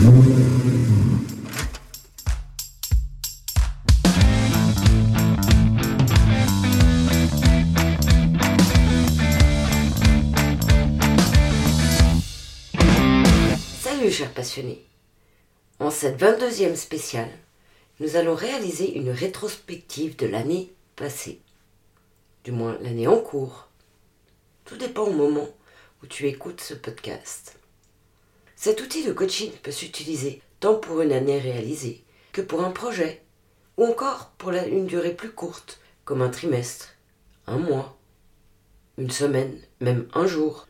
Salut chers passionnés. En cette 22e spéciale, nous allons réaliser une rétrospective de l'année passée. Du moins l'année en cours. Tout dépend au moment où tu écoutes ce podcast. Cet outil de coaching peut s'utiliser tant pour une année réalisée que pour un projet, ou encore pour une durée plus courte, comme un trimestre, un mois, une semaine, même un jour.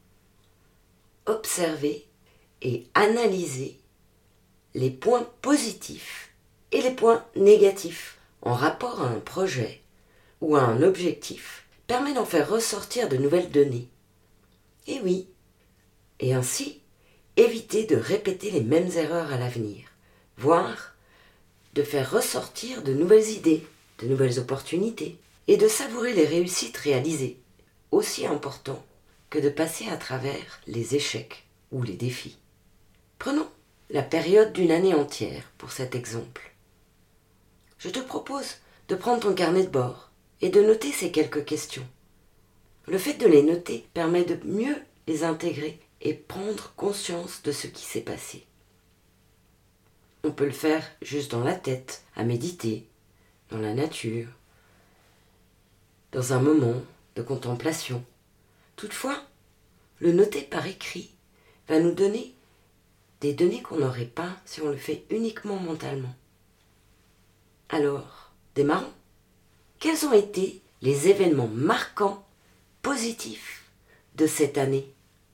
Observer et analyser les points positifs et les points négatifs en rapport à un projet ou à un objectif permet d'en faire ressortir de nouvelles données. Et oui, et ainsi éviter de répéter les mêmes erreurs à l'avenir, voire de faire ressortir de nouvelles idées, de nouvelles opportunités et de savourer les réussites réalisées, aussi important que de passer à travers les échecs ou les défis. Prenons la période d'une année entière pour cet exemple. Je te propose de prendre ton carnet de bord et de noter ces quelques questions. Le fait de les noter permet de mieux les intégrer et prendre conscience de ce qui s'est passé. On peut le faire juste dans la tête, à méditer, dans la nature, dans un moment de contemplation. Toutefois, le noter par écrit va nous donner des données qu'on n'aurait pas si on le fait uniquement mentalement. Alors, démarrons. Quels ont été les événements marquants, positifs de cette année?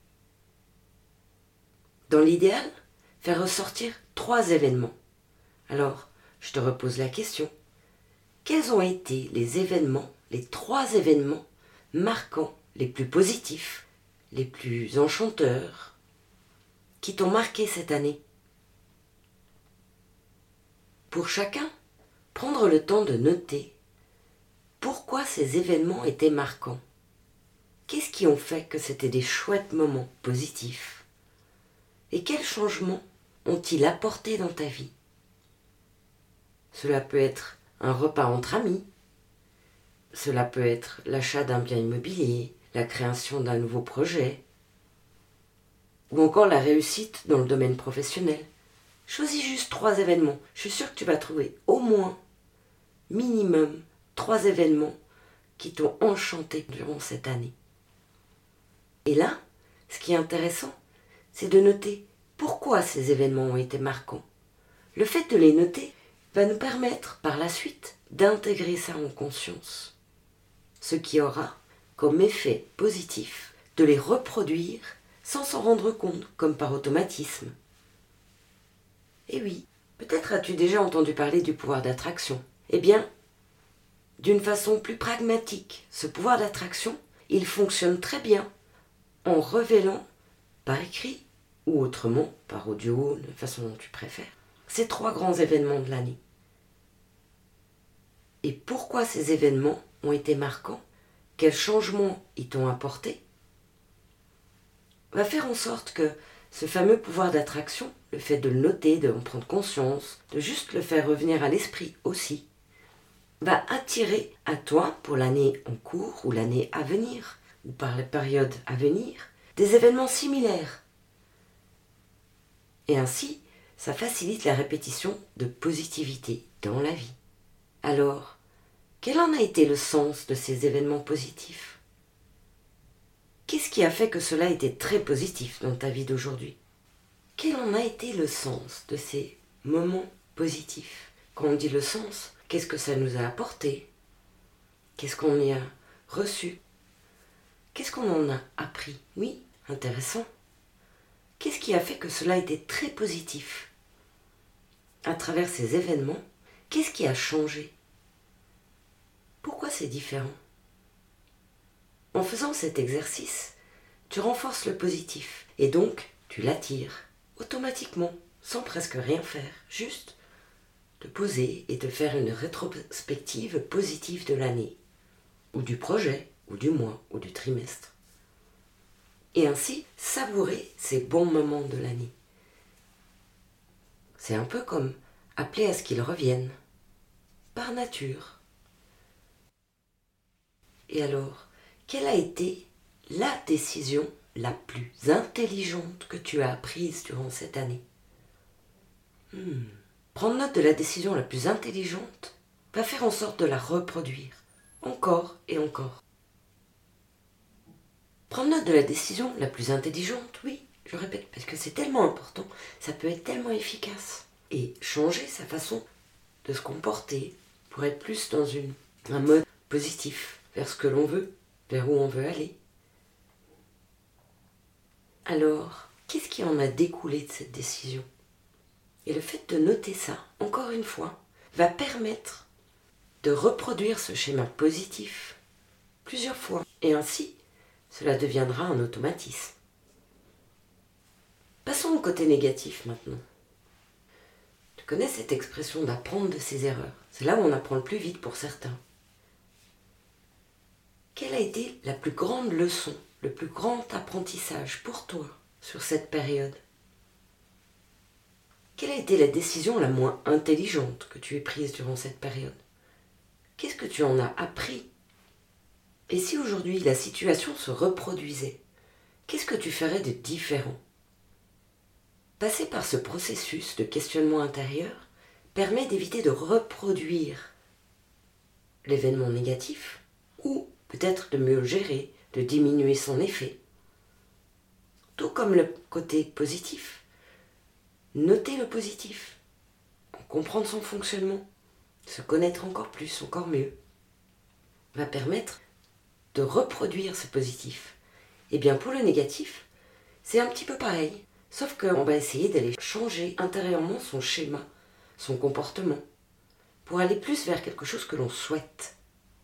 Dans l'idéal, faire ressortir 3 événements. Alors, je te repose la question. Quels ont été les 3 événements marquants, les plus positifs, les plus enchanteurs, qui t'ont marqué cette année? Pour chacun, prendre le temps de noter pourquoi ces événements étaient marquants. Qu'est-ce qui ont fait que c'était des chouettes moments positifs? Et quels changements ont-ils apporté dans ta vie? Cela peut être un repas entre amis, cela peut être l'achat d'un bien immobilier, la création d'un nouveau projet, ou encore la réussite dans le domaine professionnel. Choisis juste 3 événements. Je suis sûre que tu vas trouver au moins, minimum, 3 événements qui t'ont enchanté durant cette année. Et là, ce qui est intéressant, c'est de noter pourquoi ces événements ont été marquants. Le fait de les noter va nous permettre par la suite d'intégrer ça en conscience. Ce qui aura comme effet positif de les reproduire sans s'en rendre compte, comme par automatisme. Et oui, peut-être as-tu déjà entendu parler du pouvoir d'attraction. Eh bien, d'une façon plus pragmatique, ce pouvoir d'attraction, il fonctionne très bien en révélant par écrit ou autrement, par audio, de la façon dont tu préfères, ces 3 grands événements de l'année. Et pourquoi ces événements ont été marquants? Quels changements ils t'ont apporté? Va faire en sorte que ce fameux pouvoir d'attraction, le fait de le noter, de en prendre conscience, de juste le faire revenir à l'esprit aussi, va attirer à toi, pour l'année en cours ou l'année à venir, ou par la période à venir, des événements similaires. Et ainsi, ça facilite la répétition de positivité dans la vie. Alors, quel en a été le sens de ces événements positifs? Qu'est-ce qui a fait que cela était très positif dans ta vie d'aujourd'hui? Quel en a été le sens de ces moments positifs? Quand on dit le sens, qu'est-ce que ça nous a apporté? Qu'est-ce qu'on y a reçu? Qu'est-ce qu'on en a appris? Oui, intéressant. Qu'est-ce qui a fait que cela était très positif? À travers ces événements, qu'est-ce qui a changé? Pourquoi c'est différent? En faisant cet exercice, tu renforces le positif et donc tu l'attires automatiquement, sans presque rien faire, juste te poser et te faire une rétrospective positive de l'année, ou du projet, ou du mois, ou du trimestre. Et ainsi savourer ces bons moments de l'année. C'est un peu comme appeler à ce qu'ils reviennent, par nature. Et alors, quelle a été la décision la plus intelligente que tu as prise durant cette année? Prendre note de la décision la plus intelligente va faire en sorte de la reproduire, encore et encore. Prendre note de la décision la plus intelligente, oui, je répète, parce que c'est tellement important, ça peut être tellement efficace. Et changer sa façon de se comporter pour être plus dans un mode positif, vers ce que l'on veut, vers où on veut aller. Alors, qu'est-ce qui en a découlé de cette décision? Et le fait de noter ça, encore une fois, va permettre de reproduire ce schéma positif plusieurs fois. Et ainsi, cela deviendra un automatisme. Passons au côté négatif maintenant. Tu connais cette expression d'apprendre de ses erreurs. C'est là où on apprend le plus vite pour certains. Quelle a été la plus grande leçon, le plus grand apprentissage pour toi sur cette période? Quelle a été la décision la moins intelligente que tu aies prise durant cette période? Qu'est-ce que tu en as appris? Et si aujourd'hui la situation se reproduisait, qu'est-ce que tu ferais de différent? Passer par ce processus de questionnement intérieur permet d'éviter de reproduire l'événement négatif ou peut-être de mieux le gérer, de diminuer son effet. Tout comme le côté positif. Noter le positif, comprendre son fonctionnement, se connaître encore plus, encore mieux, va permettre de reproduire ce positif. Et bien pour le négatif, c'est un petit peu pareil, sauf qu'on va essayer d'aller changer intérieurement son schéma, son comportement, pour aller plus vers quelque chose que l'on souhaite.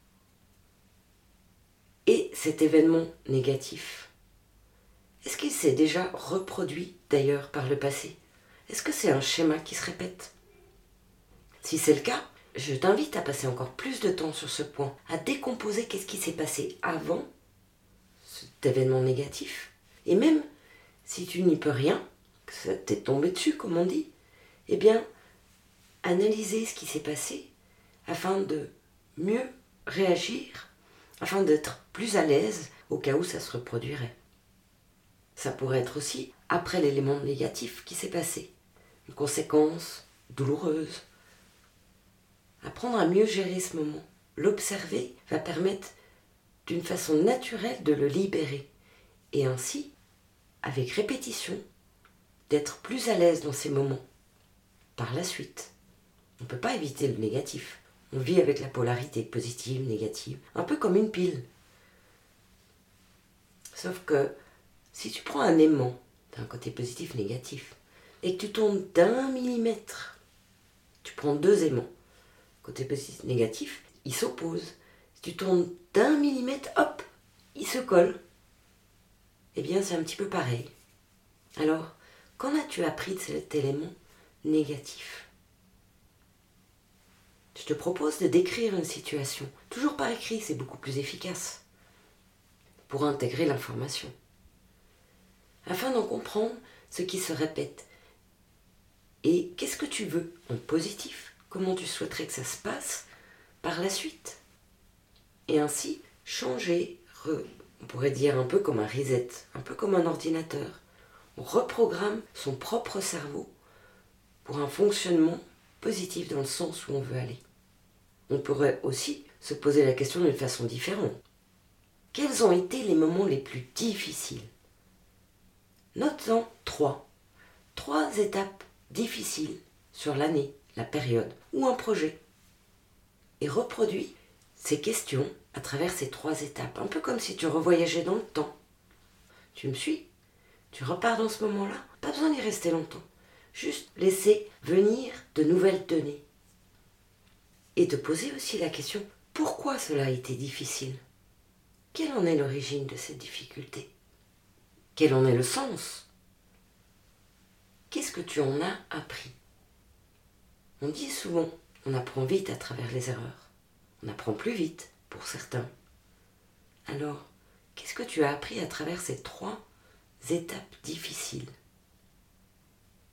Et cet événement négatif, est-ce qu'il s'est déjà reproduit d'ailleurs par le passé? Est-ce que c'est un schéma qui se répète? Si c'est le cas, je t'invite à passer encore plus de temps sur ce point, à décomposer qu'est-ce qui s'est passé avant cet événement négatif. Et même si tu n'y peux rien, que ça t'est tombé dessus comme on dit, eh bien, analyser ce qui s'est passé afin de mieux réagir, afin d'être plus à l'aise au cas où ça se reproduirait. Ça pourrait être aussi après l'élément négatif qui s'est passé, une conséquence douloureuse. Apprendre à mieux gérer ce moment, l'observer, va permettre d'une façon naturelle de le libérer et ainsi, avec répétition, d'être plus à l'aise dans ces moments. Par la suite, on ne peut pas éviter le négatif. On vit avec la polarité positive, négative, un peu comme une pile. Sauf que si tu prends un aimant d'un côté positif, négatif, et que tu tournes d'1 mm, tu prends deux aimants, côté positif, négatif, ils s'opposent. Si tu tournes d'1 mm, hop, ils se collent. Eh bien, c'est un petit peu pareil. Alors, qu'en as-tu appris de cet élément négatif? Je te propose de décrire une situation, toujours par écrit, c'est beaucoup plus efficace, pour intégrer l'information, afin d'en comprendre ce qui se répète. Et qu'est-ce que tu veux en positif? Comment tu souhaiterais que ça se passe par la suite? Et ainsi, changer, on pourrait dire un peu comme un reset, un peu comme un ordinateur. On reprogramme son propre cerveau pour un fonctionnement positif dans le sens où on veut aller. On pourrait aussi se poser la question d'une façon différente. Quels ont été les moments les plus difficiles? Note-en trois. Trois étapes difficiles sur l'année, la période ou un projet. Et reproduis ces questions à travers ces trois étapes. Un peu comme si tu revoyageais dans le temps. Tu me suis? Tu repars dans ce moment-là? Pas besoin d'y rester longtemps. Juste laisser venir de nouvelles données. Et te poser aussi la question, pourquoi cela a été difficile? Quelle en est l'origine de cette difficulté? Quel en est le sens? Qu'est-ce que tu en as appris? On dit souvent, on apprend vite à travers les erreurs. On apprend plus vite pour certains. Alors, qu'est-ce que tu as appris à travers ces trois étapes difficiles?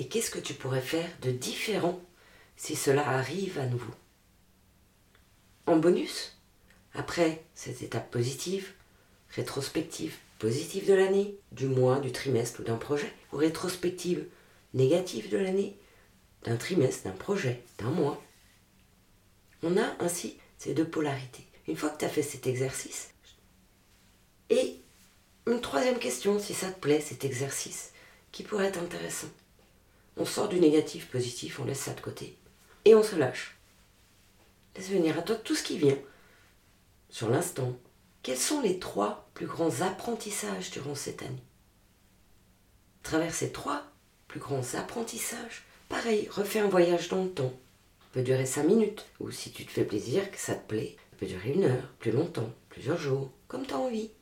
Et qu'est-ce que tu pourrais faire de différent si cela arrive à nouveau? En bonus, après cette étape positive, rétrospective positive de l'année, du mois, du trimestre ou d'un projet, ou rétrospective négative de l'année, d'un trimestre, d'un projet, d'un mois. On a ainsi ces deux polarités. Une fois que tu as fait cet exercice, et une troisième question, si ça te plaît, cet exercice, qui pourrait être intéressant. On sort du négatif, positif, on laisse ça de côté, et on se lâche. Laisse venir à toi tout ce qui vient, sur l'instant. Quels sont les 3 plus grands apprentissages durant cette année? À travers ces 3 plus grands apprentissages, pareil, refais un voyage dans le temps. Ça peut durer 5 minutes, ou si tu te fais plaisir, que ça te plaît, ça peut durer 1 heure, plus longtemps, plusieurs jours, comme tu as envie.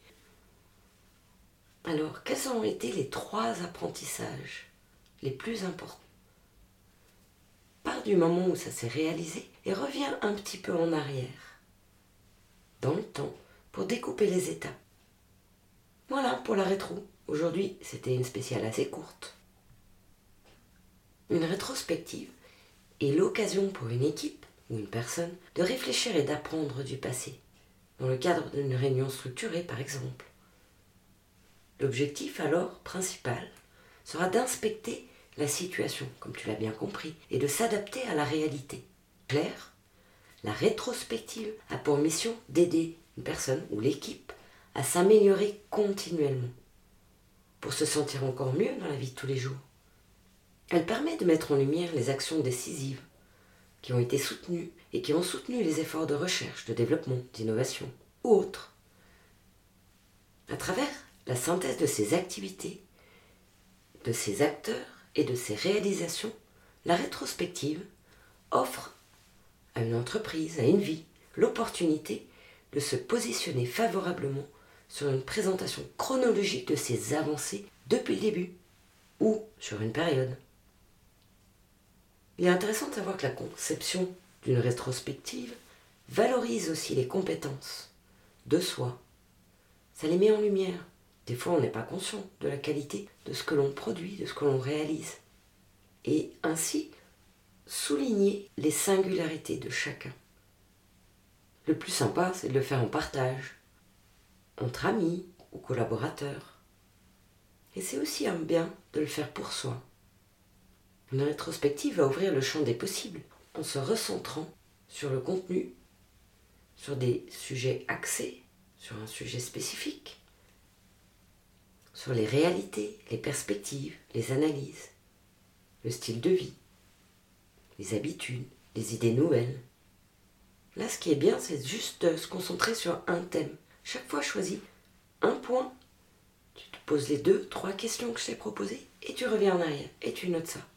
Alors, quels ont été les 3 apprentissages les plus importants? Pars du moment où ça s'est réalisé et reviens un petit peu en arrière, dans le temps, pour découper les étapes. Voilà pour la rétro. Aujourd'hui, c'était une spéciale assez courte. Une rétrospective est l'occasion pour une équipe ou une personne de réfléchir et d'apprendre du passé, dans le cadre d'une réunion structurée par exemple. L'objectif alors principal sera d'inspecter la situation, comme tu l'as bien compris, et de s'adapter à la réalité. Claire, la rétrospective a pour mission d'aider une personne ou l'équipe à s'améliorer continuellement pour se sentir encore mieux dans la vie de tous les jours. Elle permet de mettre en lumière les actions décisives qui ont été soutenues et qui ont soutenu les efforts de recherche, de développement, d'innovation ou autres. À travers la synthèse de ces activités, de ces acteurs et de ces réalisations, la rétrospective offre à une entreprise, à une vie, l'opportunité de se positionner favorablement sur une présentation chronologique de ses avancées depuis le début ou sur une période. Il est intéressant de savoir que la conception d'une rétrospective valorise aussi les compétences de soi. Ça les met en lumière. Des fois, on n'est pas conscient de la qualité de ce que l'on produit, de ce que l'on réalise. Et ainsi, souligner les singularités de chacun. Le plus sympa, c'est de le faire en partage, entre amis ou collaborateurs. Et c'est aussi un bien de le faire pour soi. Une rétrospective va ouvrir le champ des possibles en se recentrant sur le contenu, sur des sujets axés, sur un sujet spécifique, sur les réalités, les perspectives, les analyses, le style de vie, les habitudes, les idées nouvelles. Là, ce qui est bien, c'est juste de se concentrer sur un thème. Chaque fois, choisis un point, tu te poses les 2, 3 questions que je t'ai proposées, et tu reviens en arrière, et tu notes ça.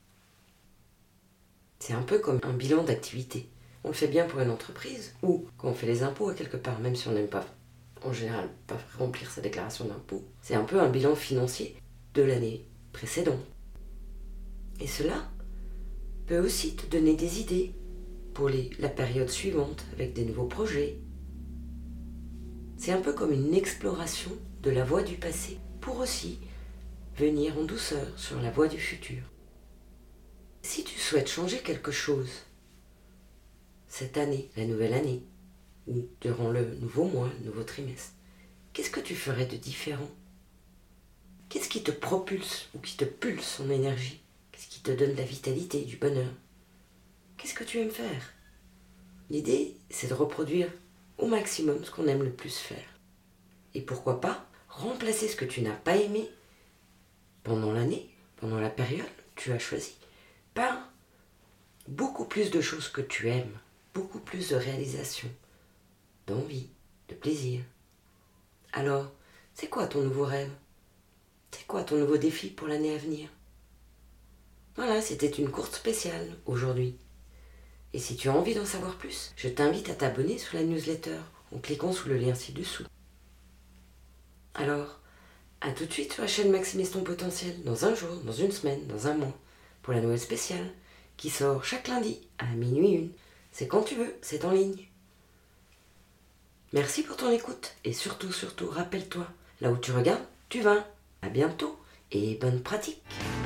C'est un peu comme un bilan d'activité. On le fait bien pour une entreprise, ou quand on fait les impôts à quelque part, même si on n'aime pas, en général, pas remplir sa déclaration d'impôt. C'est un peu un bilan financier de l'année précédente. Et cela peut aussi te donner des idées pour la période suivante, avec des nouveaux projets. C'est un peu comme une exploration de la voie du passé, pour aussi venir en douceur sur la voie du futur. Si tu souhaites changer quelque chose, cette année, la nouvelle année, ou durant le nouveau mois, le nouveau trimestre, qu'est-ce que tu ferais de différent? Qu'est-ce qui te propulse ou qui te pulse en énergie? Qu'est-ce qui te donne de la vitalité, du bonheur? Qu'est-ce que tu aimes faire? L'idée, c'est de reproduire au maximum ce qu'on aime le plus faire. Et pourquoi pas remplacer ce que tu n'as pas aimé pendant l'année, pendant la période que tu as choisie, par beaucoup plus de choses que tu aimes, beaucoup plus de réalisations, d'envie, de plaisir. Alors, c'est quoi ton nouveau rêve? C'est quoi ton nouveau défi pour l'année à venir? Voilà, c'était une courte spéciale aujourd'hui. Et si tu as envie d'en savoir plus, je t'invite à t'abonner sur la newsletter en cliquant sous le lien ci-dessous. Alors, à tout de suite sur la chaîne Maximise ton potentiel, dans un jour, dans une semaine, dans un mois, pour la Noël spéciale, qui sort chaque lundi à minuit 1. C'est quand tu veux, c'est en ligne. Merci pour ton écoute et surtout, rappelle-toi, là où tu regardes, tu vas. À bientôt et bonne pratique.